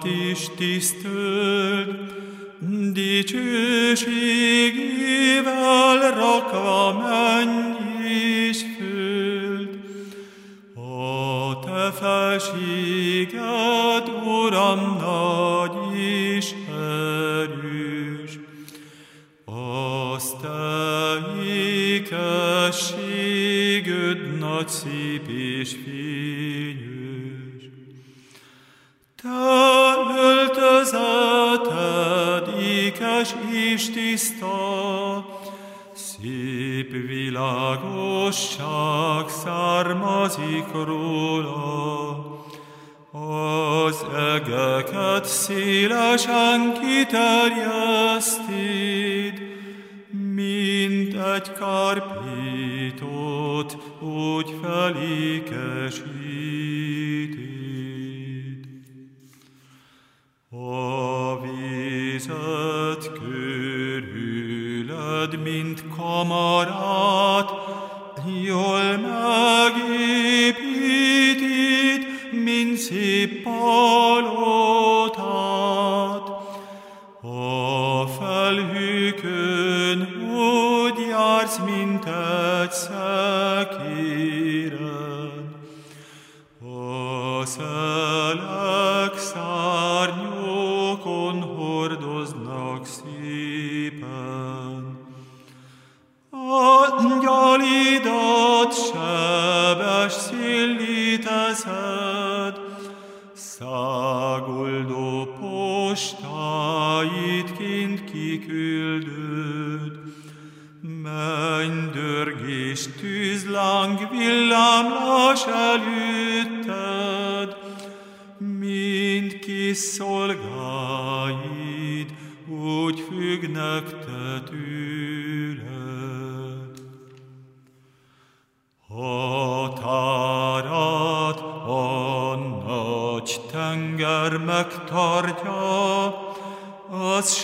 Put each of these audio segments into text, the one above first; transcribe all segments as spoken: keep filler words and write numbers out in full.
Urat is tiszteld, dicsőségével rakva menj és föld. A te felséged, Uram, nagy és erős, azt te ékességed nagy, szép és fényes. Te öltözeted ékes és tiszta, szép világosság származik róla. Az egeket szélesen kiterjeszted, mint egy kárpítot, úgy felékesíted. A vizet körülöd, mint kamarát, jól megépíted, mint szép palotát. A felhőkön úgy jársz, mint egy szekéren. A szelek szárnyokon hordoznak szépen. Angyalidat sebes széllé teszed, száguldó postáit kint kiküldöd. Mennydörgés, tűzláng, villámlás előtted, mind kis szolgáid úgy függnek te tőled. Határát a nagy tenger megtartja, az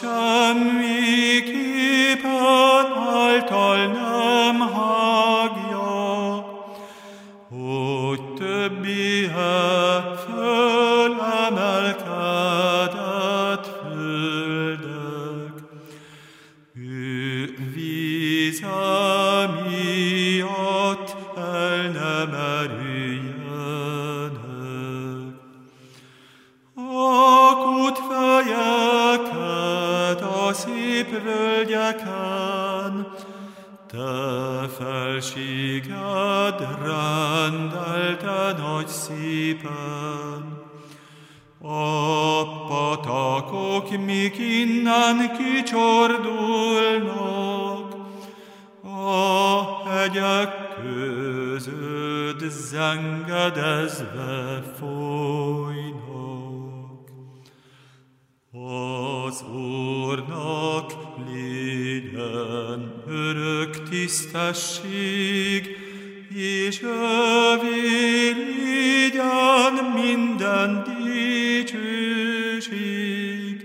semmiképpen által nem hágja, hogy többihe fölemelkedett földek. Ő víze miatt el nem erüljenek. A kútfejeket a szép völgyeken, te felséged rendelte nagy szépen. A patakok, mik innen kicsordulnak, a hegyek között zengedezve folynak. Az Úrnak legyen örök tisztesség, és övé legyen minden dicsőség.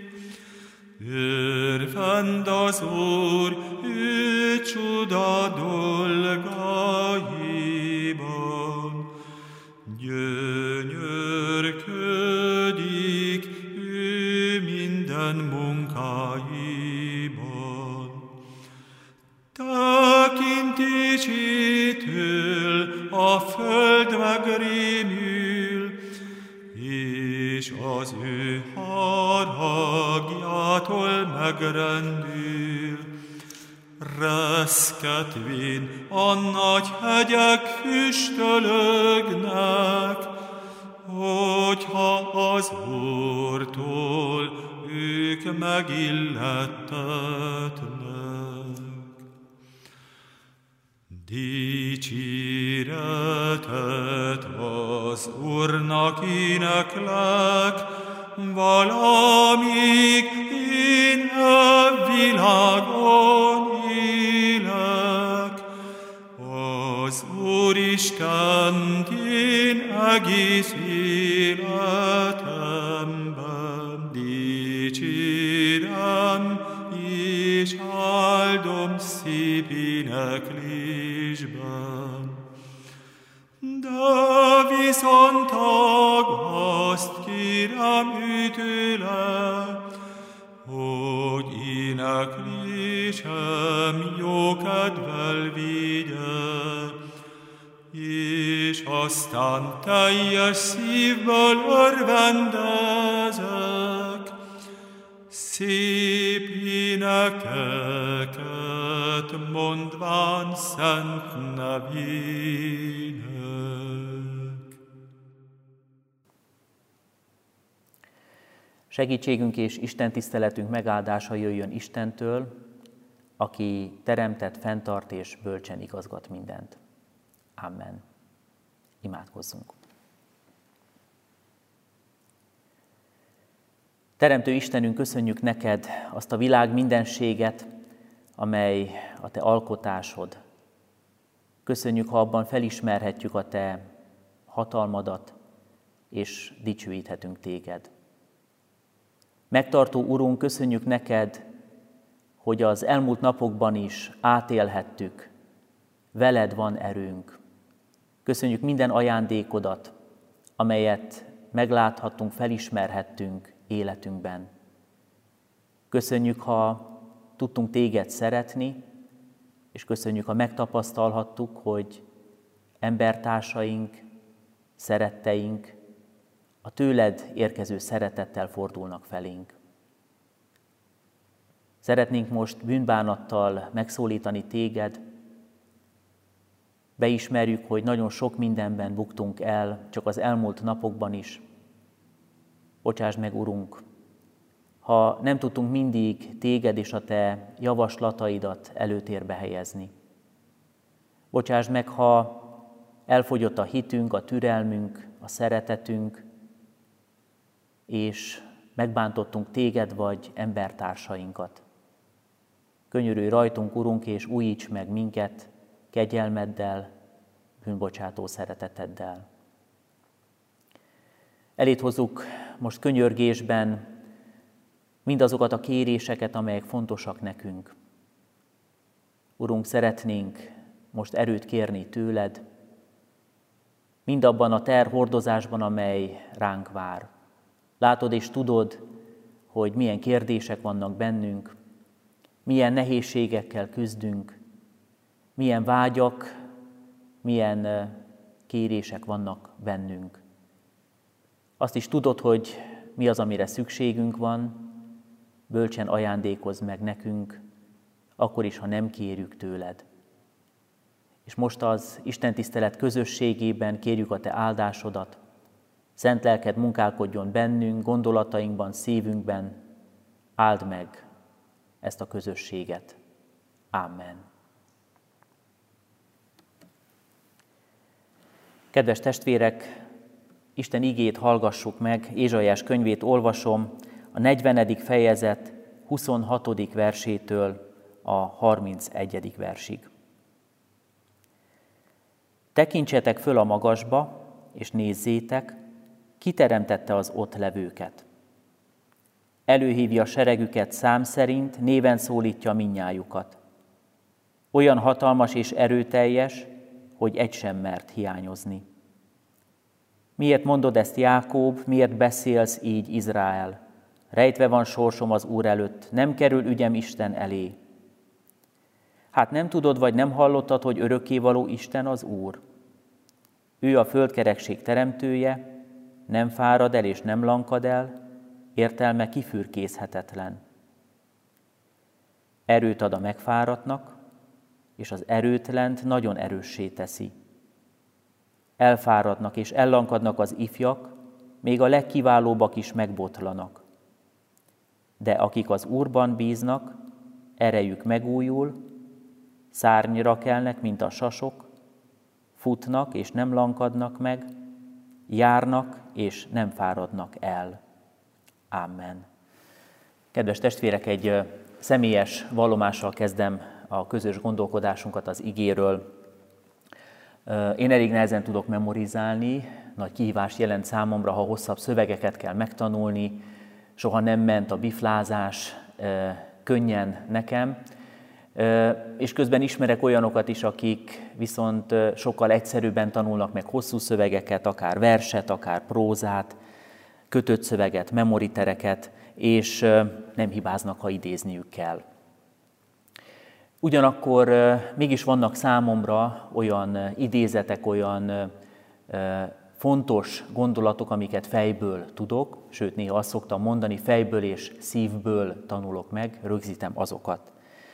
Örvend az Úr, ő csuda dolgaiban, gyönyörködik ő minden munkáiban. Tekintésétől a föld megrémül, és az ő haragjától megrendül. Reszketvén a nagy hegyek füstölögnek, hogyha az Úrtól ők megillettetnek. Dicséretet az Úrnak éneklek, valamíg én a világon élek. Az Úristent én egész életemben dicsérem, és áldom szép éneklésben. De viszont aggaszt kérem tőle, hogy éneklésem jó kedvel vigye, és aztán teljes szívből örvendezek, szép énekeket mondván szent nevének. Segítségünk és Isten tiszteletünk megáldása jöjjön Istentől, aki teremtett, fenntart és bölcsen igazgat mindent. Amen. Imádkozzunk. Teremtő Istenünk, köszönjük neked azt a világ mindenséget, amely a te alkotásod. Köszönjük, ha abban felismerhetjük a te hatalmadat, és dicsőíthetünk téged. Megtartó Urunk, köszönjük neked, hogy az elmúlt napokban is átélhettük, veled van erőnk. Köszönjük minden ajándékodat, amelyet megláthattunk, felismerhettünk életünkben. Köszönjük, ha tudtunk téged szeretni, és köszönjük, ha megtapasztalhattuk, hogy embertársaink, szeretteink a tőled érkező szeretettel fordulnak felénk. Szeretnénk most bűnbánattal megszólítani téged, beismerjük, hogy nagyon sok mindenben buktunk el, csak az elmúlt napokban is. Bocsásd meg, Urunk, ha nem tudtunk mindig téged és a te javaslataidat előtérbe helyezni. Bocsásd meg, ha elfogyott a hitünk, a türelmünk, a szeretetünk, és megbántottunk téged vagy embertársainkat. Könyörülj rajtunk, Urunk, és újíts meg minket kegyelmeddel, bűnbocsátó szereteteddel. Eléd hozzuk most könyörgésben mindazokat a kéréseket, amelyek fontosak nekünk. Urunk, szeretnénk most erőt kérni tőled, mindabban a terhordozásban, amely ránk vár. Látod és tudod, hogy milyen kérdések vannak bennünk, milyen nehézségekkel küzdünk, milyen vágyak, milyen kérések vannak bennünk. Azt is tudod, hogy mi az, amire szükségünk van, bölcsen ajándékozz meg nekünk, akkor is, ha nem kérjük tőled. És most az istentisztelet közösségében kérjük a te áldásodat, szent lelked munkálkodjon bennünk, gondolatainkban, szívünkben, áld meg ezt a közösséget. Amen. Kedves testvérek, Isten igét hallgassuk meg, Ézsaiás könyvét olvasom, a negyvenedik fejezet huszonhatodik versétől a harmincegyedik versig. Tekintsetek föl a magasba, és nézzétek, ki teremtette az ott levőket. Előhívja seregüket szám szerint, néven szólítja minnyájukat. Olyan hatalmas és erőteljes, hogy egy sem mert hiányozni. Miért mondod ezt, Jákób, miért beszélsz így, Izrael? Rejtve van sorsom az Úr előtt, nem kerül ügyem Isten elé. Hát nem tudod, vagy nem hallottad, hogy örökkévaló Isten az Úr? Ő a földkerekség teremtője, nem fárad el és nem lankad el, értelme kifürkészhetetlen. Erőt ad a megfáradtnak, és az erőtlent nagyon erőssé teszi. Elfáradnak és ellankadnak az ifjak, még a legkiválóbbak is megbotlanak. De akik az Úrban bíznak, erejük megújul, szárnyra kelnek, mint a sasok, futnak és nem lankadnak meg, járnak és nem fáradnak el. Amen. Kedves testvérek, egy személyes vallomással kezdem a közös gondolkodásunkat az igéről. Én elég nehezen tudok memorizálni, nagy kihívás jelent számomra, ha hosszabb szövegeket kell megtanulni, soha nem ment a biflázás könnyen nekem, És közben ismerek olyanokat is, akik viszont sokkal egyszerűbben tanulnak meg hosszú szövegeket, akár verset, akár prózát, kötött szöveget, memoritereket, és nem hibáznak, ha idézniük kell. Ugyanakkor mégis vannak számomra olyan idézetek, olyan fontos gondolatok, amiket fejből tudok, sőt néha azt szoktam mondani, fejből és szívből tanulok meg, rögzítem azokat.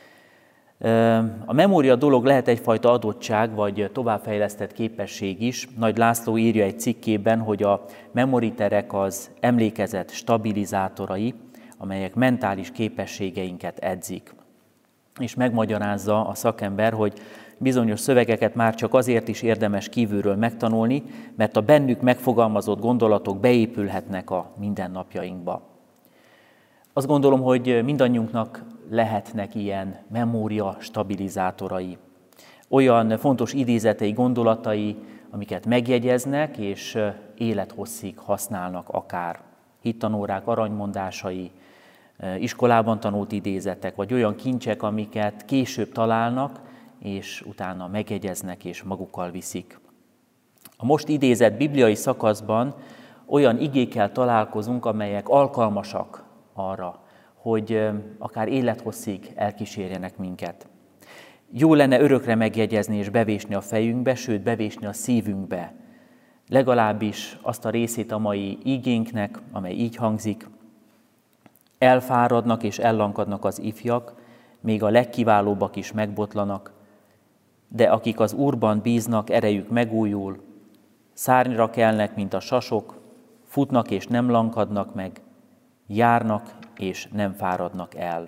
A memória dolog lehet egyfajta adottság, vagy továbbfejlesztett képesség is. Nagy László írja egy cikkében, hogy a memoriterek az emlékezet stabilizátorai, amelyek mentális képességeinket edzik. És megmagyarázza a szakember, hogy bizonyos szövegeket már csak azért is érdemes kívülről megtanulni, mert a bennük megfogalmazott gondolatok beépülhetnek a mindennapjainkba. Azt gondolom, hogy mindannyiunknak lehetnek ilyen memória stabilizátorai. Olyan fontos idézetei, gondolatai, amiket megjegyeznek, és élethosszig használnak akár. Hittanórák aranymondásai, iskolában tanult idézetek, vagy olyan kincsek, amiket később találnak, és utána megjegyeznek és magukkal viszik. A most idézett bibliai szakaszban olyan igékkel találkozunk, amelyek alkalmasak arra, hogy akár élethosszig elkísérjenek minket. Jó lenne örökre megjegyezni és bevésni a fejünkbe, sőt bevésni a szívünkbe. Legalábbis azt a részét a mai igénknek, amely így hangzik: elfáradnak és ellankadnak az ifjak, még a legkiválóbbak is megbotlanak, de akik az Úrban bíznak, erejük megújul, szárnyra kelnek, mint a sasok, futnak és nem lankadnak meg, járnak és nem fáradnak el.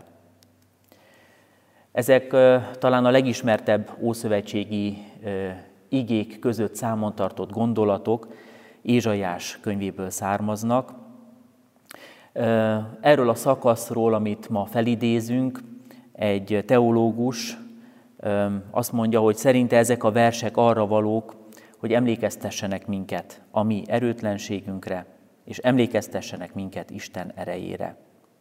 Ezek uh, talán a legismertebb ószövetségi uh, igék között számon tartott gondolatok Ézsaiás könyvéből származnak. Uh, erről a szakaszról, amit ma felidézünk, egy teológus um, azt mondja, hogy szerinte ezek a versek arra valók, hogy emlékeztessenek minket a mi erőtlenségünkre, és emlékeztessenek minket Isten erejére.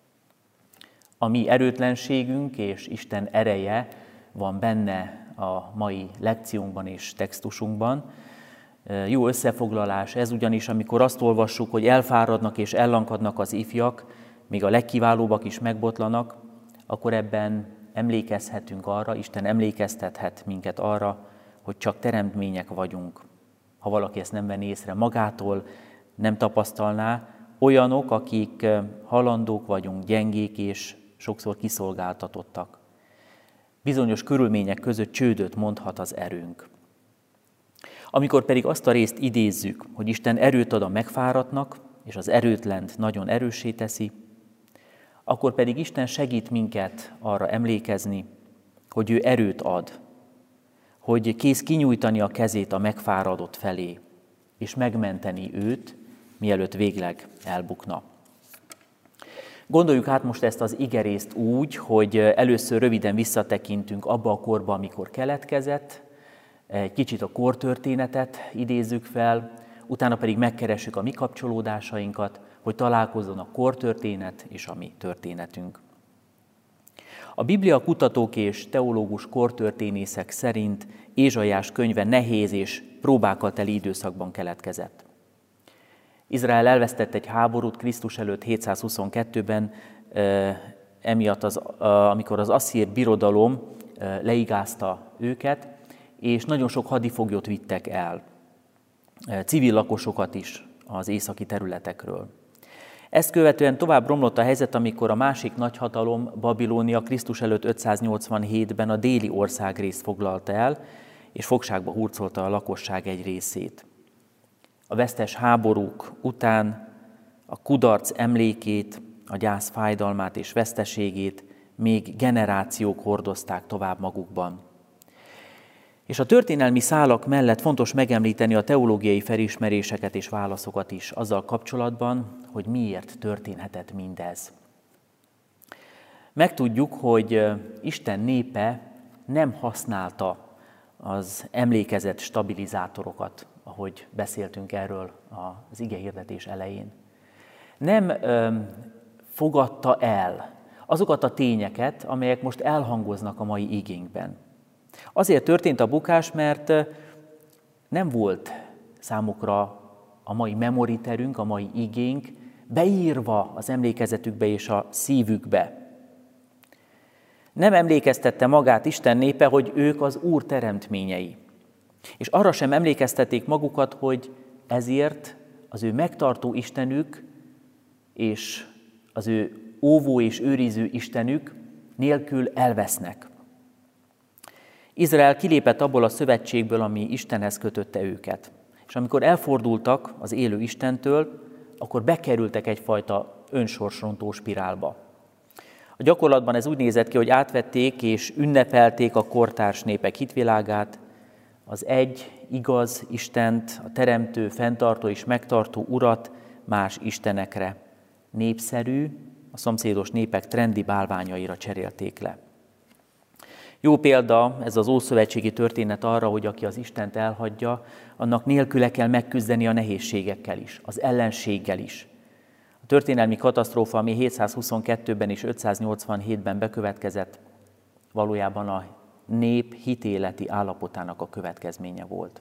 A mi erőtlenségünk és Isten ereje van benne a mai lekciónkban és textusunkban. Jó összefoglalás ez, ugyanis amikor azt olvassuk, hogy elfáradnak és ellankadnak az ifjak, még a legkiválóbbak is megbotlanak, akkor ebben emlékezhetünk arra, Isten emlékeztethet minket arra, hogy csak teremtmények vagyunk. Ha valaki ezt nem venné észre magától, nem tapasztalná, olyanok, akik halandók vagyunk, gyengék és sokszor kiszolgáltatottak. Bizonyos körülmények között csődöt mondhat az erőnk. Amikor pedig azt a részt idézzük, hogy Isten erőt ad a megfáradtnak, és az erőtlent nagyon erőssé teszi, akkor pedig Isten segít minket arra emlékezni, hogy ő erőt ad, hogy kész kinyújtani a kezét a megfáradott felé, és megmenteni őt, mielőtt végleg elbukna. Gondoljuk át most ezt az igerészt úgy, hogy először röviden visszatekintünk abba a korba, amikor keletkezett, egy kicsit a kortörténetet idézzük fel, utána pedig megkeressük a mi kapcsolódásainkat, hogy találkozzon a kortörténet és a mi történetünk. A Biblia kutatók és teológus kortörténészek szerint Ézsaiás könyve nehéz és próbákkal teli időszakban keletkezett. Izrael elvesztett egy háborút Krisztus előtt hétszázhuszonkettőben, emiatt az, amikor az asszír birodalom leigázta őket, és nagyon sok hadifoglyot vittek el, civil lakosokat is az északi területekről. Ezt követően tovább romlott a helyzet, amikor a másik nagyhatalom, Babilónia Krisztus előtt ötszáznyolcvanhétben a déli országrészt foglalta el, és fogságba hurcolta a lakosság egy részét. A vesztes háborúk után a kudarc emlékét, a gyász fájdalmát és veszteségét még generációk hordozták tovább magukban. És a történelmi szálak mellett fontos megemlíteni a teológiai felismeréseket és válaszokat is azzal kapcsolatban, hogy miért történhetett mindez. Megtudjuk, hogy Isten népe nem használta az emlékezett stabilizátorokat, ahogy beszéltünk erről az igehirdetés elején. Nem öm, fogadta el azokat a tényeket, amelyek most elhangoznak a mai igénkben. Azért történt a bukás, mert nem volt számukra a mai memoriterünk, a mai igénk beírva az emlékezetükbe és a szívükbe. Nem emlékeztette magát Isten népe, hogy ők az Úr teremtményei. És arra sem emlékeztették magukat, hogy ezért az ő megtartó Istenük és az ő óvó és őriző Istenük nélkül elvesznek. Izrael kilépett abból a szövetségből, ami Istenhez kötötte őket. És amikor elfordultak az élő Istentől, akkor bekerültek egyfajta önsorsrontó spirálba. A gyakorlatban ez úgy nézett ki, hogy átvették és ünnepelték a kortárs népek hitvilágát, az egy igaz Istent, a teremtő, fenntartó és megtartó Urat más istenekre, népszerű, a szomszédos népek trendi bálványaira cserélték le. Jó példa ez az ószövetségi történet arra, hogy aki az Istent elhagyja, annak nélküle kell megküzdeni a nehézségekkel is, az ellenséggel is. A történelmi katasztrófa, ami hétszázhuszonkettőben és ötszáznyolcvanhétben bekövetkezett, valójában a nép hitéleti állapotának a következménye volt.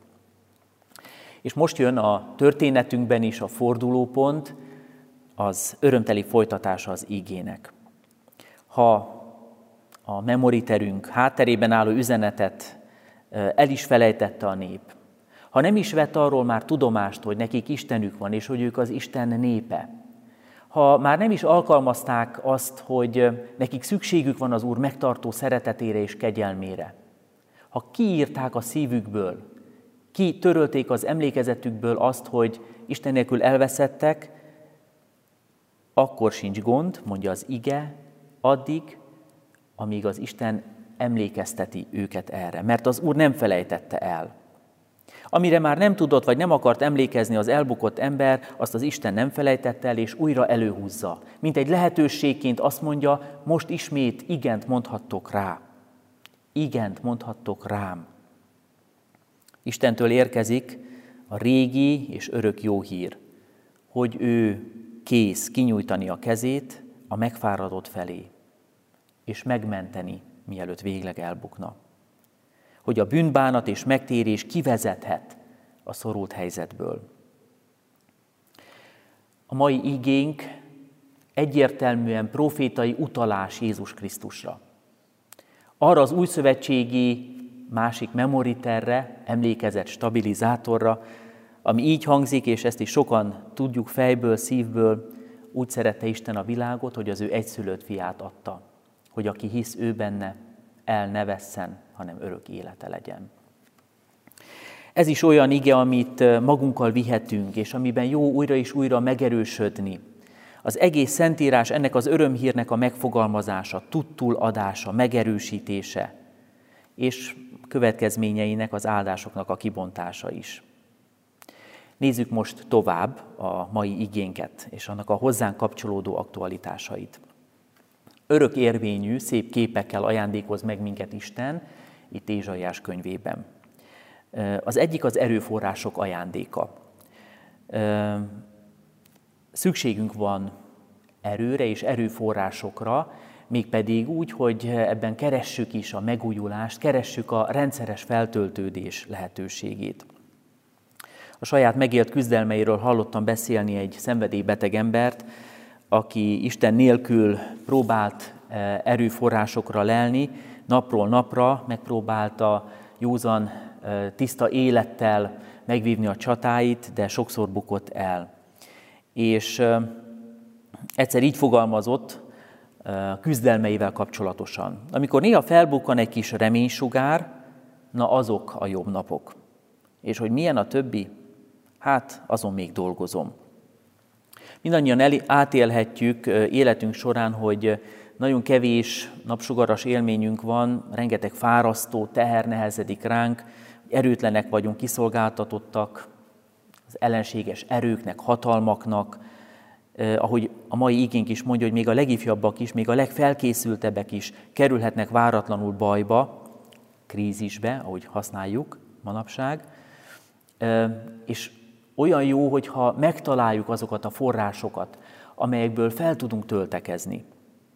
És most jön a történetünkben is a fordulópont, az örömteli folytatása az ígének. Ha a memoriterünk hátterében álló üzenetet el is felejtette a nép, ha nem is vett arról már tudomást, hogy nekik Istenük van, és hogy ők az Isten népe, ha már nem is alkalmazták azt, hogy nekik szükségük van az Úr megtartó szeretetére és kegyelmére, ha kiírták a szívükből, ki törölték az emlékezetükből azt, hogy Isten nélkül elveszettek, akkor sincs gond, mondja az ige, addig, amíg az Isten emlékezteti őket erre, mert az Úr nem felejtette el. Amire már nem tudott, vagy nem akart emlékezni az elbukott ember, azt az Isten nem felejtette el, és újra előhúzza. Mint egy lehetőségként azt mondja, most ismét igent mondhattok rá. Igent mondhattok rám. Istentől érkezik a régi és örök jó hír, hogy ő kész kinyújtani a kezét a megfáradott felé, és megmenteni, mielőtt végleg elbukna. Hogy a bűnbánat és megtérés kivezethet a szorult helyzetből. A mai igénk egyértelműen profétai utalás Jézus Krisztusra. Arra az újszövetségi másik memoriterre, emlékezett stabilizátorra, ami így hangzik, és ezt is sokan tudjuk fejből, szívből, úgy szerette Isten a világot, hogy az ő egyszülött fiát adta, hogy aki hisz ő benne, el ne vesszen, hanem örök élete legyen. Ez is olyan ige, amit magunkkal vihetünk, és amiben jó újra és újra megerősödni. Az egész Szentírás ennek az örömhírnek a megfogalmazása, tudtul adása, megerősítése, és következményeinek, az áldásoknak a kibontása is. Nézzük most tovább a mai igénket, és annak a hozzánk kapcsolódó aktualitásait. Örök érvényű, szép képekkel ajándékoz meg minket Isten, itt Ézsaiás könyvében. Az egyik az erőforrások ajándéka. Szükségünk van erőre és erőforrásokra, mégpedig úgy, hogy ebben keressük is a megújulást, keressük a rendszeres feltöltődés lehetőségét. A saját megélt küzdelmeiről hallottam beszélni egy szenvedélybeteg embert, aki Isten nélkül próbált erőforrásokra lelni, napról napra megpróbálta józan, tiszta élettel megvívni a csatáit, de sokszor bukott el. És egyszer így fogalmazott küzdelmeivel kapcsolatosan. Amikor néha felbukkan egy kis reménysugár, na azok a jobb napok. És hogy milyen a többi? Hát azon még dolgozom. Mindannyian átélhetjük életünk során, hogy nagyon kevés napsugaras élményünk van, rengeteg fárasztó teher nehezedik ránk, erőtlenek vagyunk, kiszolgáltatottak az ellenséges erőknek, hatalmaknak, eh, ahogy a mai igénk is mondja, hogy még a legifjabbak is, még a legfelkészültebbek is kerülhetnek váratlanul bajba, krízisbe, ahogy használjuk manapság, eh, és olyan jó, hogyha megtaláljuk azokat a forrásokat, amelyekből fel tudunk töltekezni.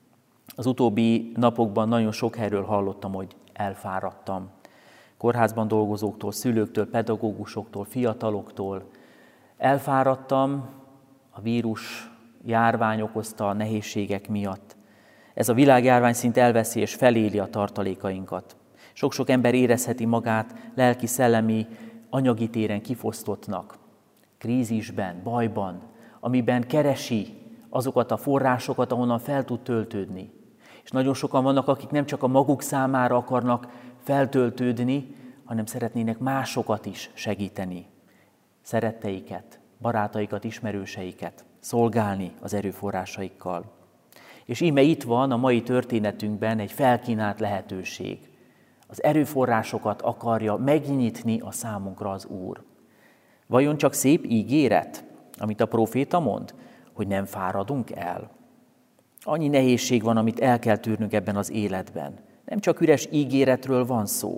Az utóbbi napokban nagyon sok helyről hallottam, hogy elfáradtam. Kórházban dolgozóktól, szülőktől, pedagógusoktól, fiataloktól. Elfáradtam a vírus járvány okozta nehézségek miatt. Ez a világjárvány szinte elveszi és feléli a tartalékainkat. Sok-sok ember érezheti magát lelki-szellemi, anyagi téren kifosztottnak, krízisben, bajban, amiben keresi azokat a forrásokat, ahonnan fel tud töltődni. És nagyon sokan vannak, akik nem csak a maguk számára akarnak feltöltődni, hanem szeretnének másokat is segíteni. Szeretteiket, barátaikat, ismerőseiket szolgálni az erőforrásaikkal. És íme itt van a mai történetünkben egy felkínált lehetőség. Az erőforrásokat akarja megnyitni a számunkra az Úr. Vajon csak szép ígéret, amit a próféta mond, hogy nem fáradunk el? Annyi nehézség van, amit el kell tűrnünk ebben az életben. Nem csak üres ígéretről van szó.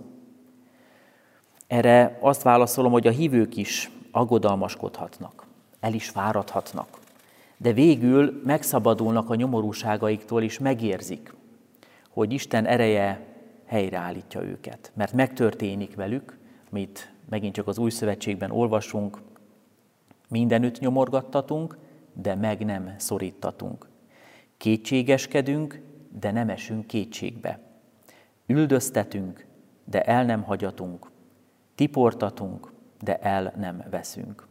Erre azt válaszolom, hogy a hívők is aggodalmaskodhatnak, el is fáradhatnak, de végül megszabadulnak a nyomorúságaiktól, és megérzik, hogy Isten ereje helyreállítja őket. Mert megtörténik velük, amit megint csak az Új Szövetségben olvasunk, mindenütt nyomorgattatunk, de meg nem szorítatunk. Kétségeskedünk, de nem esünk kétségbe. Üldöztetünk, de el nem hagyatunk. Tiportatunk, de el nem veszünk.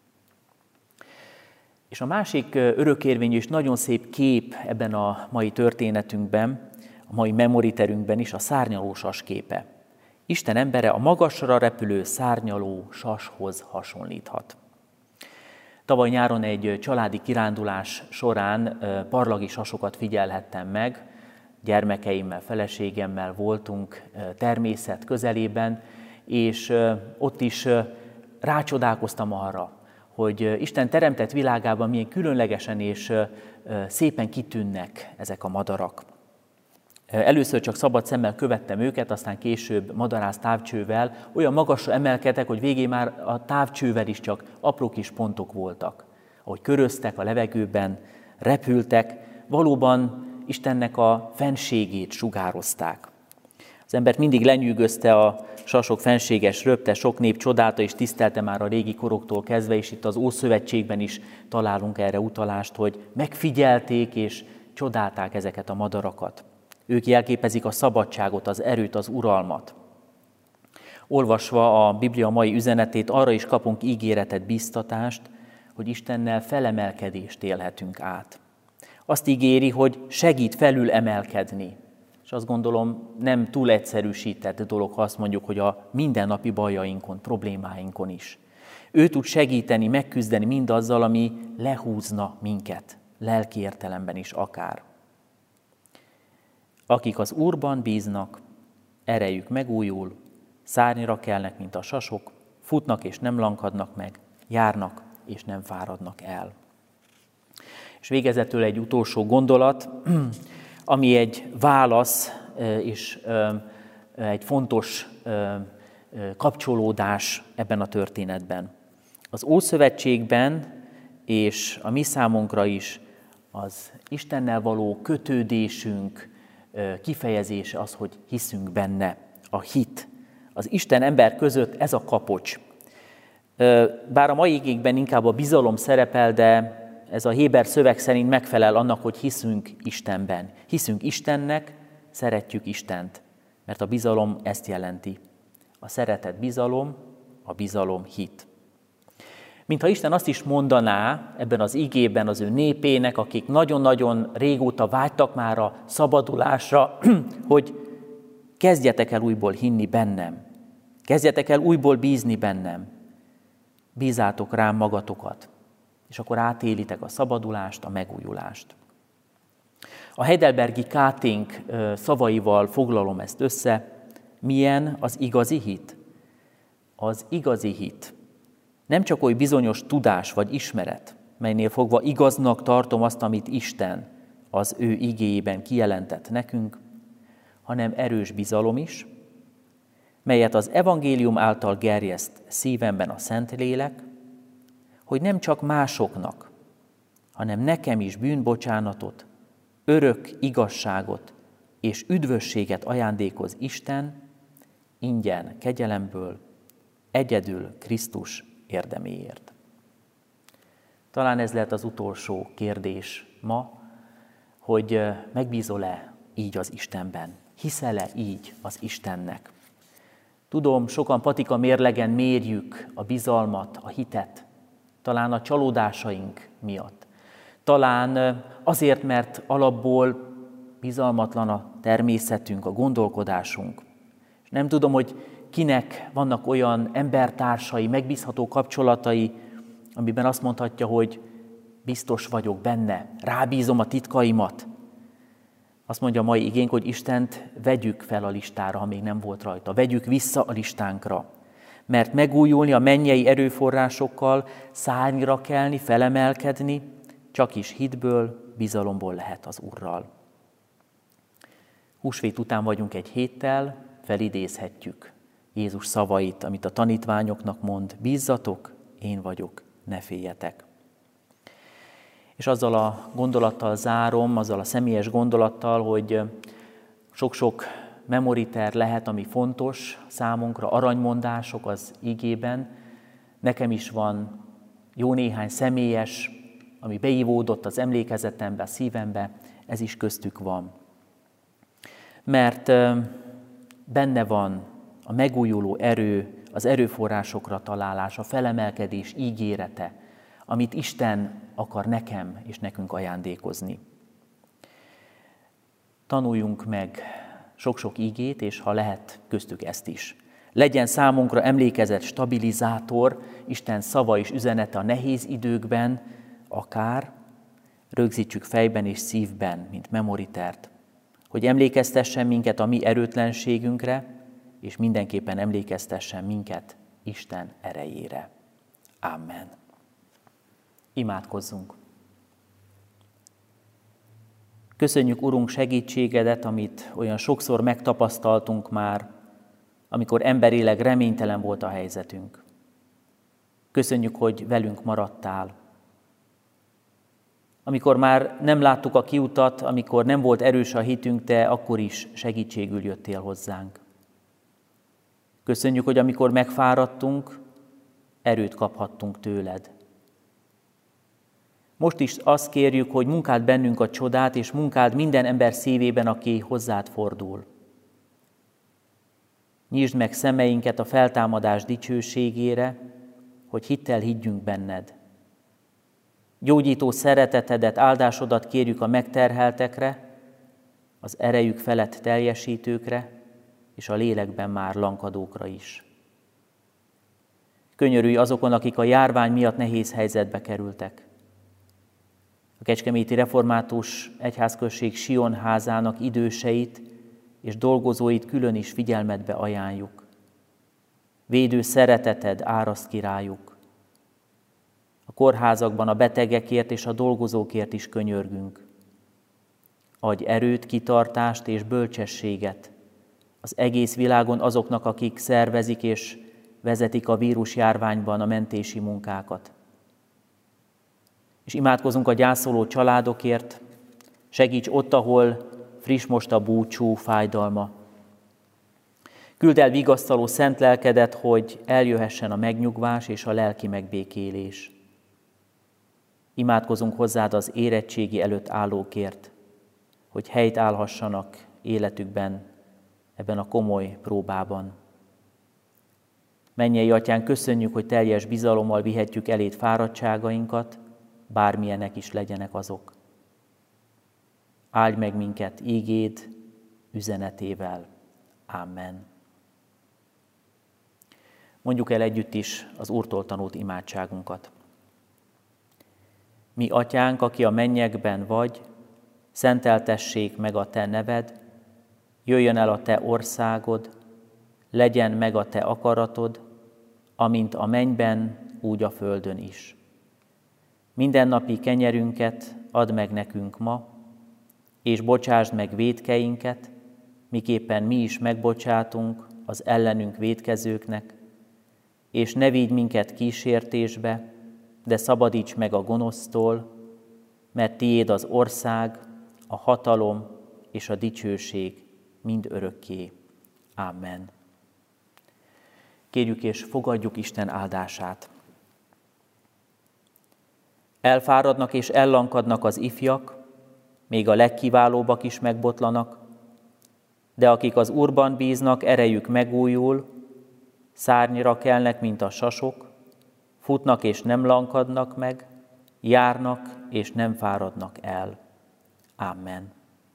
És a másik örökérvényű és nagyon szép kép ebben a mai történetünkben, a mai memoriterünkben is a szárnyaló sas képe. Isten embere a magasra repülő szárnyaló sashoz hasonlíthat. Tavaly nyáron egy családi kirándulás során parlagi sasokat figyelhettem meg, gyermekeimmel, feleségemmel voltunk természet közelében, és ott is rácsodálkoztam arra, hogy Isten teremtett világában milyen különlegesen és szépen kitűnnek ezek a madarak. Először csak szabad szemmel követtem őket, aztán később madarász távcsővel olyan magasra emelkedtek, hogy végén már a távcsővel is csak apró kis pontok voltak. Ahogy köröztek a levegőben, repültek, valóban Istennek a fenségét sugározták. Az embert mindig lenyűgözte a sasok fenséges röpte, sok nép csodálta és tisztelte már a régi koroktól kezdve, és itt az Ószövetségben is találunk erre utalást, hogy megfigyelték és csodálták ezeket a madarakat. Ők jelképezik a szabadságot, az erőt, az uralmat. Olvasva a Biblia mai üzenetét, arra is kapunk ígéretet, bíztatást, hogy Istennel felemelkedést élhetünk át. Azt ígéri, hogy segít felül emelkedni. És azt gondolom, nem túl egyszerűsített dolog, ha azt mondjuk, hogy a mindennapi bajainkon, problémáinkon is. Ő tud segíteni, megküzdeni mindazzal, ami lehúzna minket, lelki értelemben is akár. Akik az Úrban bíznak, erejük megújul, szárnyra kelnek, mint a sasok, futnak és nem lankadnak meg, járnak és nem fáradnak el. És végezetül egy utolsó gondolat, ami egy válasz és egy fontos kapcsolódás ebben a történetben. Az Ószövetségben és a mi számunkra is az Istennel való kötődésünk kifejezése az, hogy hiszünk benne, a hit. Az Isten ember között ez a kapocs. Bár a mai igékben inkább a bizalom szerepel, de ez a héber szöveg szerint megfelel annak, hogy hiszünk Istenben. Hiszünk Istennek, szeretjük Istent, mert a bizalom ezt jelenti. A szeretet bizalom, a bizalom hit. Mintha Isten azt is mondaná ebben az igében az ő népének, akik nagyon-nagyon régóta vágytak már a szabadulásra, hogy kezdjetek el újból hinni bennem. Kezdjetek el újból bízni bennem. Bízátok rám magatokat, és akkor átélitek a szabadulást, a megújulást. A Heidelbergi Káténk szavaival foglalom ezt össze. Milyen az igazi hit? Az igazi hit nem csak oly bizonyos tudás vagy ismeret, melynél fogva igaznak tartom azt, amit Isten az ő igéjében kijelentett nekünk, hanem erős bizalom is, melyet az evangélium által gerjeszt szívemben a Szentlélek, hogy nem csak másoknak, hanem nekem is bűnbocsánatot örök igazságot és üdvösséget ajándékoz Isten, ingyen kegyelemből, egyedül Krisztus érdeméért. Talán ez lehet az utolsó kérdés ma, hogy megbízol-e így az Istenben? Hiszel-e így az Istennek? Tudom, sokan patika mérlegen mérjük a bizalmat, a hitet, talán a csalódásaink miatt. Talán azért, mert alapból bizalmatlan a természetünk, a gondolkodásunk. És nem tudom, hogy kinek vannak olyan embertársai, megbízható kapcsolatai, amiben azt mondhatja, hogy biztos vagyok benne, rábízom a titkaimat. Azt mondja a mai igénk, hogy Istent vegyük fel a listára, ha még nem volt rajta. Vegyük vissza a listánkra. Mert megújulni a mennyei erőforrásokkal, szárnyra kelni, felemelkedni, csak is hitből, bizalomból lehet az Urral. Húsvét után vagyunk egy héttel, felidézhetjük Jézus szavait, amit a tanítványoknak mond, bízzatok, én vagyok, ne féljetek. És azzal a gondolattal zárom, azzal a személyes gondolattal, hogy sok-sok memoriter lehet, ami fontos számunkra, aranymondások az igében. Nekem is van jó néhány személyes, ami beívódott az emlékezetembe, a szívembe, ez is köztük van. Mert benne van a megújuló erő, az erőforrásokra találás, a felemelkedés ígérete, amit Isten akar nekem és nekünk ajándékozni. Tanuljunk meg sok-sok ígét, és ha lehet, köztük ezt is. Legyen számunkra emlékezett stabilizátor, Isten szava és üzenete a nehéz időkben, akár rögzítsük fejben és szívben, mint memoritert, hogy emlékeztessen minket a mi erőtlenségünkre, és mindenképpen emlékeztessen minket Isten erejére. Amen. Imádkozzunk! Köszönjük, Urunk, segítségedet, amit olyan sokszor megtapasztaltunk már, amikor emberileg reménytelen volt a helyzetünk. Köszönjük, hogy velünk maradtál. Amikor már nem láttuk a kiutat, amikor nem volt erős a hitünk, te akkor is segítségül jöttél hozzánk. Köszönjük, hogy amikor megfáradtunk, erőt kaphattunk tőled. Most is azt kérjük, hogy munkáld bennünk a csodát, és munkáld minden ember szívében, aki hozzád fordul. Nyisd meg szemeinket a feltámadás dicsőségére, hogy hittel higgyünk benned. Gyógyító szeretetedet, áldásodat kérjük a megterheltekre, az erejük felett teljesítőkre, és a lélekben már lankadókra is. Könyörülj azokon, akik a járvány miatt nehéz helyzetbe kerültek. A Kecskeméti Református Egyházközség Sion házának időseit és dolgozóit külön is figyelmedbe ajánljuk. Védő szereteted áraszt ki rájuk. A kórházakban a betegekért és a dolgozókért is könyörgünk. Adj erőt, kitartást és bölcsességet az egész világon azoknak, akik szervezik és vezetik a vírusjárványban a mentési munkákat. És imádkozunk a gyászoló családokért, segíts ott, ahol friss most a búcsú fájdalma. Küld el vigasztaló szent lelkedet, hogy eljöhessen a megnyugvás és a lelki megbékélés. Imádkozunk hozzád az érettségi előtt állókért, hogy helyt állhassanak életükben, ebben a komoly próbában. Mennyei Atyánk, köszönjük, hogy teljes bizalommal vihetjük eléd fáradtságainkat, bármilyenek is legyenek azok. Áldj meg minket ígéd üzenetével. Amen. Mondjuk el együtt is az Úrtól tanult imádságunkat. Mi Atyánk, aki a mennyekben vagy, szenteltessék meg a te neved, jöjjön el a te országod, legyen meg a te akaratod, amint a mennyben, úgy a földön is. Mindennapi kenyerünket add meg nekünk ma, és bocsásd meg vétkeinket, miképpen mi is megbocsátunk az ellenünk vétkezőknek, és ne vigy minket kísértésbe, de szabadíts meg a gonosztól, mert tiéd az ország, a hatalom és a dicsőség mind örökké. Amen. Kérjük és fogadjuk Isten áldását. Elfáradnak és ellankadnak az ifjak, még a legkiválóbbak is megbotlanak, de akik az Úrban bíznak, erejük megújul, szárnyra kelnek, mint a sasok, futnak és nem lankadnak meg, járnak és nem fáradnak el. Amen.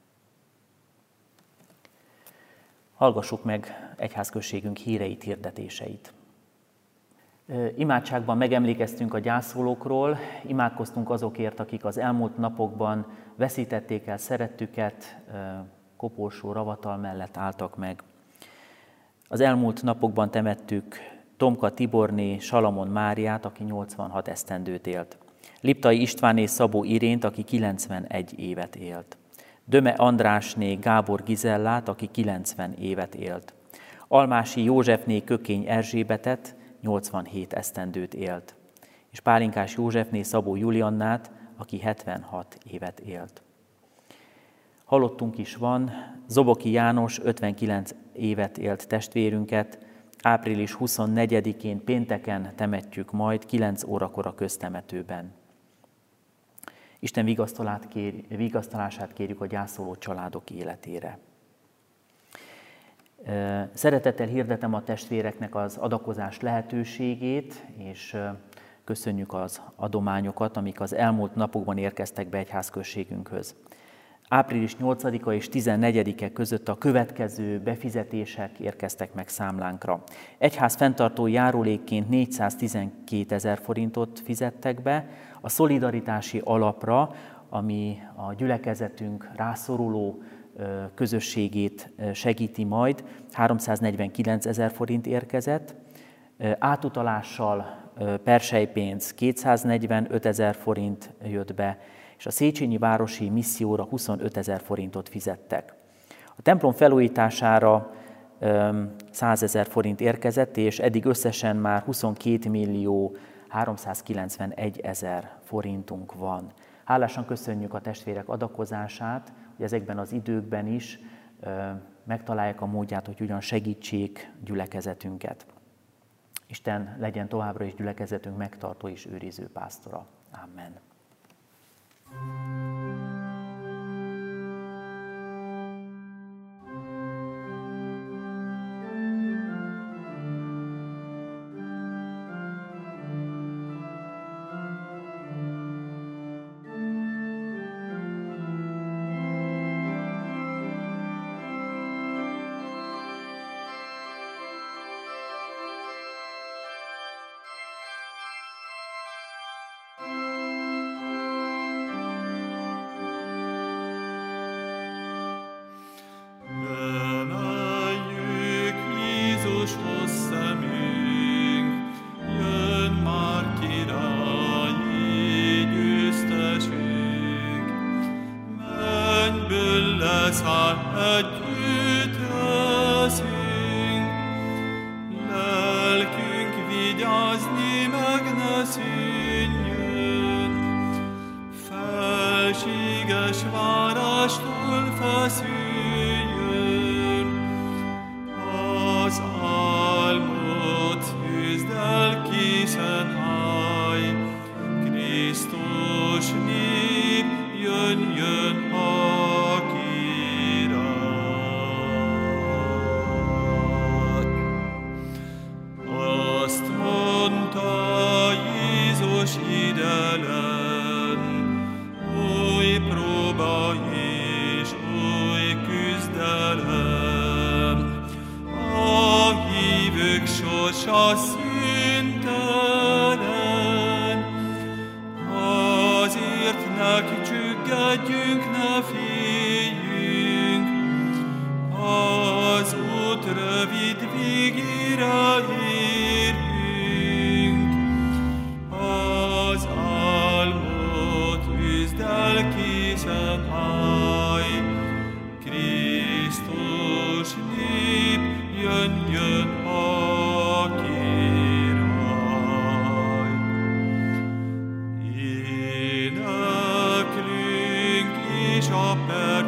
Hallgassuk meg egyházközségünk híreit, hirdetéseit. Imádságban megemlékeztünk a gyászolókról, imádkoztunk azokért, akik az elmúlt napokban veszítették el szerettüket, koporsó ravatal mellett álltak meg. Az elmúlt napokban temettük Tomka Tiborné Salamon Máriát, aki nyolcvanhat esztendőt élt. Liptai Istvánné Szabó Irént, aki kilencvenegy évet élt. Döme Andrásné Gábor Gizellát, aki kilencven évet élt. Almási Józsefné Kökény Erzsébetet, nyolcvanhét esztendőt élt. És Pálinkás Józsefné Szabó Juliannát, aki hetvenhat évet élt. Halottunk is van, Zoboki János ötvenkilenc évet élt testvérünket, április huszonnegyedikén pénteken temetjük majd kilenc órakor a köztemetőben. Isten vigasztalását kérjük a gyászoló családok életére. Szeretettel hirdetem a testvéreknek az adakozás lehetőségét, és köszönjük az adományokat, amik az elmúlt napokban érkeztek be egyházközségünkhöz. április nyolcadika és tizennegyedike között a következő befizetések érkeztek meg számlánkra. Egyház fenntartó járulékként négyszáztizenkétezer forintot fizettek be, a szolidaritási alapra, ami a gyülekezetünk rászoruló közösségét segíti majd, háromszáznegyvenkilencezer forint érkezett, átutalással perselypénz kétszáznegyvenötezer forint jött be, és a Széchenyi Városi Misszióra huszonötezer forintot fizettek. A templom felújítására százezer forint érkezett, és eddig összesen már huszonkét millió háromszázkilencvenegy ezer forintunk van. Hálásan köszönjük a testvérek adakozását, hogy ezekben az időkben is megtalálják a módját, hogy ugyan segítsék gyülekezetünket. Isten legyen továbbra is gyülekezetünk megtartó és őriző pásztora. Amen. sorsa szüntelen, azért ne csüggedjünk, ne féljünk, az út rövid végére érünk, az álmot üzd el készen állj, Krisztus nép jön, jön a király. Éneklünk és a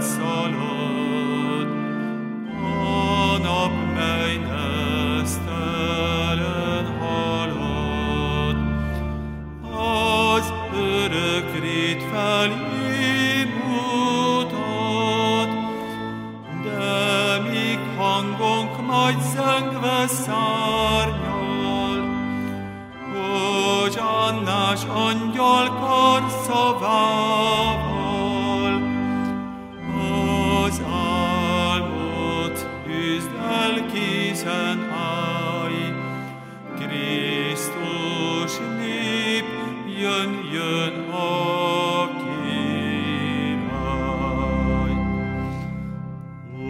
mannás angyal karszavával. Az álmot üzd el, készen állj, Krisztus nép, jön, jön a király. Ó,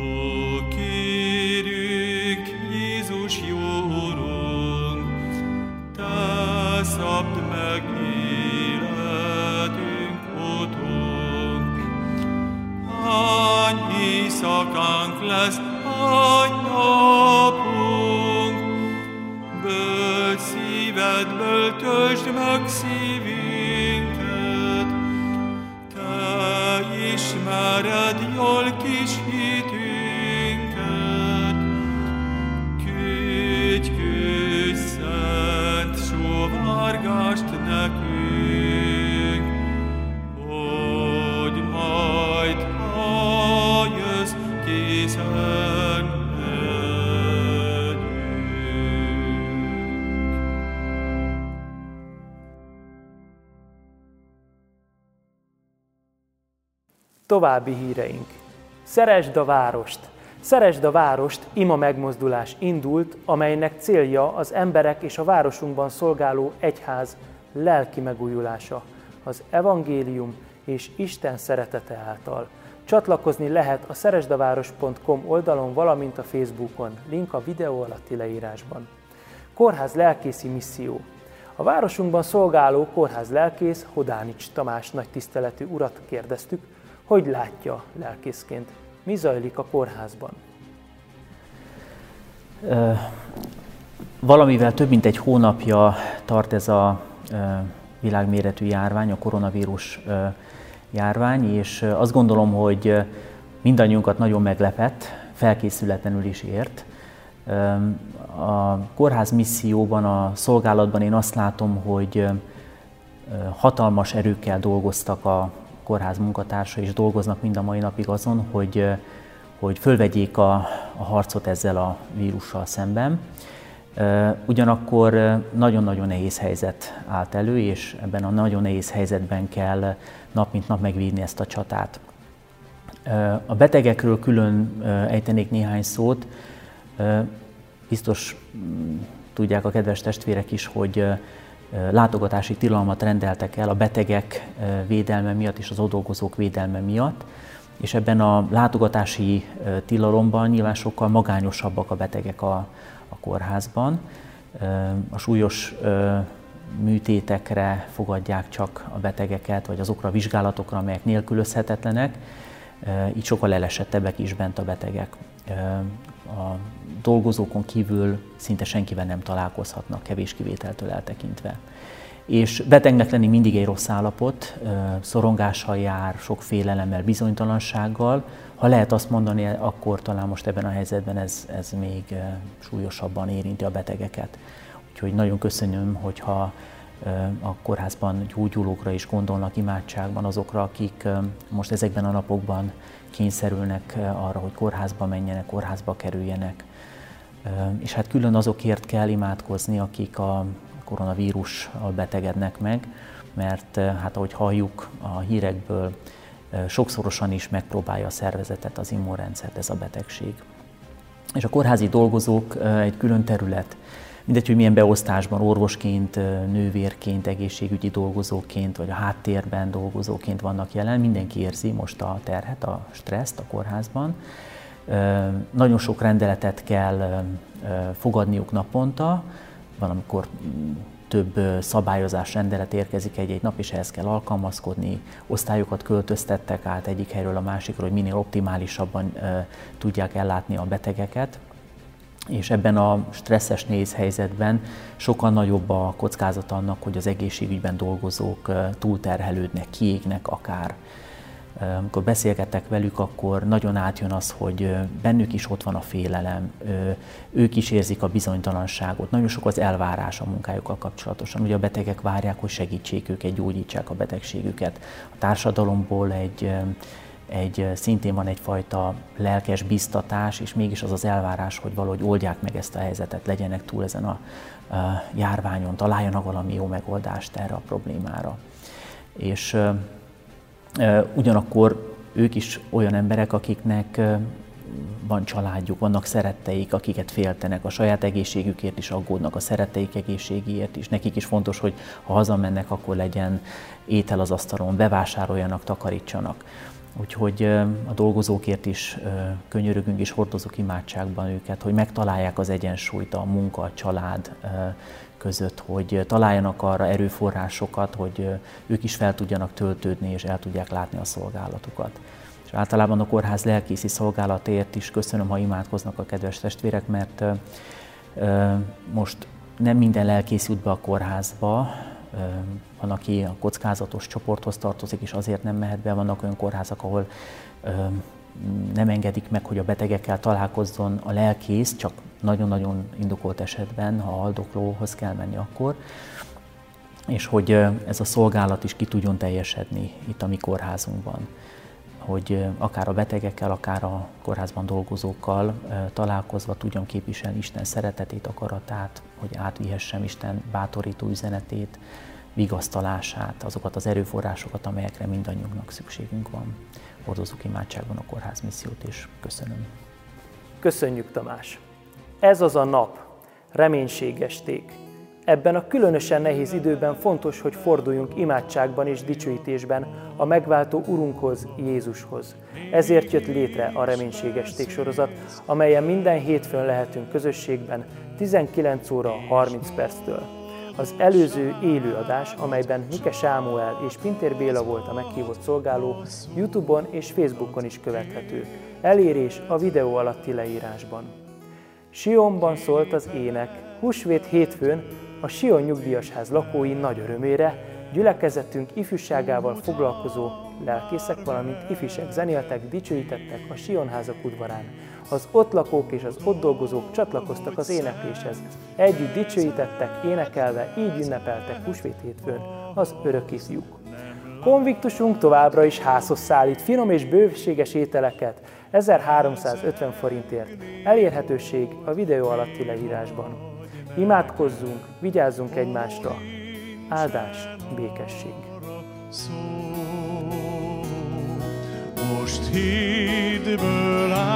kérjük, Jézus jó Urunk, Te szabd meg életünk utunk. Hány éjszakánk lesz, hány napunk, bölcs szívedből töltsd meg szívünket. Te ismered jól kis hitünket. Küldj, küldj szent sóvárgást nekünk, hogy majd ha jössz, készen legyünk. További híreink. Szeresd a várost! Szeresd a várost ima megmozdulás indult, amelynek célja az emberek és a városunkban szolgáló egyház lelki megújulása, az evangélium és Isten szeretete által. Csatlakozni lehet a szeresdavaros pont com oldalon, valamint a Facebookon, link a videó alatti leírásban. Kórház lelkészi misszió. A városunkban szolgáló kórház lelkész, Hodánics Tamás nagytiszteletű urat kérdeztük, hogy látja lelkészként. Mi zajlik a kórházban? Ö, valamivel több mint egy hónapja tart ez a ö, világméretű járvány, a koronavírus ö, járvány, és azt gondolom, hogy mindannyiunkat nagyon meglepett, felkészületlenül is ért. A kórház misszióban, a szolgálatban én azt látom, hogy hatalmas erőkkel dolgoztak a kórház munkatársai, és dolgoznak mind a mai napig azon, hogy, hogy fölvegyék a, a harcot ezzel a vírussal szemben. Ugyanakkor nagyon-nagyon nehéz helyzet állt elő, és ebben a nagyon nehéz helyzetben kell nap mint nap megvívni ezt a csatát. A betegekről külön ejtenék néhány szót. Biztos tudják a kedves testvérek is, hogy látogatási tilalmat rendeltek el a betegek védelme miatt és az ott dolgozók védelme miatt, és ebben a látogatási tilalomban nyilván sokkal magányosabbak a betegek a, a kórházban. A súlyos műtétekre fogadják csak a betegeket, vagy azokra a vizsgálatokra, amelyek nélkülözhetetlenek, így sokkal elesettebbek is bent a betegek. A dolgozókon kívül szinte senkivel nem találkozhatnak, kevés kivételtől eltekintve. És betegnek lenni mindig egy rossz állapot, szorongással jár, sok félelemmel, bizonytalansággal. Ha lehet azt mondani, akkor talán most ebben a helyzetben ez, ez még súlyosabban érinti a betegeket. Úgyhogy nagyon köszönöm, hogyha a kórházban gyógyulókra is gondolnak imádságban, azokra, akik most ezekben a napokban kényszerülnek arra, hogy kórházba menjenek, kórházba kerüljenek. És hát külön azokért kell imádkozni, akik a koronavírussal betegednek meg, mert hát ahogy halljuk a hírekből, sokszorosan is megpróbálja a szervezetet, az immunrendszert ez a betegség. És a kórházi dolgozók egy külön terület, mindegy, hogy milyen beosztásban, orvosként, nővérként, egészségügyi dolgozóként, vagy a háttérben dolgozóként vannak jelen, mindenki érzi most a terhet, a stresszt a kórházban. Nagyon sok rendeletet kell fogadniuk naponta, valamikor több szabályozás rendelet érkezik egy-egy nap, és ehhez kell alkalmazkodni. Osztályokat költöztettek át egyik helyről a másikra, hogy minél optimálisabban tudják ellátni a betegeket. És ebben a stresszes, nehéz helyzetben sokkal nagyobb a kockázat annak, hogy az egészségügyben dolgozók túlterhelődnek, kiégnek akár. Amikor beszélgetek velük, akkor nagyon átjön az, hogy bennük is ott van a félelem, ők is érzik a bizonytalanságot, nagyon sok az elvárás a munkájukkal kapcsolatosan. Ugye a betegek várják, hogy segítsék őket, gyógyítsák a betegségüket. A társadalomból egy, egy, szintén van egyfajta lelkes biztatás, és mégis az az elvárás, hogy valahogy oldják meg ezt a helyzetet, legyenek túl ezen a, a járványon, találjanak valami jó megoldást erre a problémára. És e, e, ugyanakkor ők is olyan emberek, akiknek e, van családjuk, vannak szeretteik, akiket féltenek, a saját egészségükért is aggódnak, a szeretteik egészségéért is. Nekik is fontos, hogy ha hazamennek, akkor legyen étel az asztalon, bevásároljanak, takarítsanak. Úgyhogy a dolgozókért is könyörögünk és hordozunk imádságban őket, hogy megtalálják az egyensúlyt a munka, a család között, hogy találjanak arra erőforrásokat, hogy ők is fel tudjanak töltődni és el tudják látni a szolgálatukat. És általában a kórház lelkészi szolgálatért is köszönöm, ha imádkoznak a kedves testvérek, mert most nem minden lelkész jut be a kórházba, van, aki a kockázatos csoporthoz tartozik, és azért nem mehet be, vannak olyan kórházak, ahol nem engedik meg, hogy a betegekkel találkozzon a lelkész, csak nagyon-nagyon indokolt esetben, ha haldoklóhoz kell menni akkor, és hogy ez a szolgálat is ki tudjon teljesedni itt a mi kórházunkban, hogy akár a betegekkel, akár a kórházban dolgozókkal találkozva tudjam képviselni Isten szeretetét, akaratát, hogy átvihessem Isten bátorító üzenetét, vigasztalását, azokat az erőforrásokat, amelyekre mindannyiunknak szükségünk van. Hordozzuk imádságban a kórház missziót, és köszönöm. Köszönjük, Tamás! Ez az a nap, reménységesték. Ebben a különösen nehéz időben fontos, hogy forduljunk imádságban és dicsőítésben a megváltó Urunkhoz, Jézushoz. Ezért jött létre a Reménységesték sorozat, amelyen minden hétfőn lehetünk közösségben tizenkilenc óra harminc perctől. Az előző élőadás, amelyben Mike Sámuel és Pintér Béla volt a meghívott szolgáló, YouTube-on és Facebookon is követhető. Elérés a videó alatti leírásban. Sionban szólt az ének. Húsvét hétfőn a Sion nyugdíjasház lakói nagy örömére gyülekezetünk ifjúságával foglalkozó lelkészek, valamint ifjúság zenéltek, dicsőítettek a Sionházak udvarán. Az ott lakók és az ott dolgozók csatlakoztak az énekléshez. Együtt dicsőítettek, énekelve, így ünnepeltek húsvét hétfőn az örök ifjuk. Konviktusunk továbbra is házhoz szállít finom és bőséges ételeket ezerháromszázötven forintért. Elérhetőség a videó alatti leírásban. Imádkozzunk, vigyázzunk egymásra. Áldás, békesség. Most hídből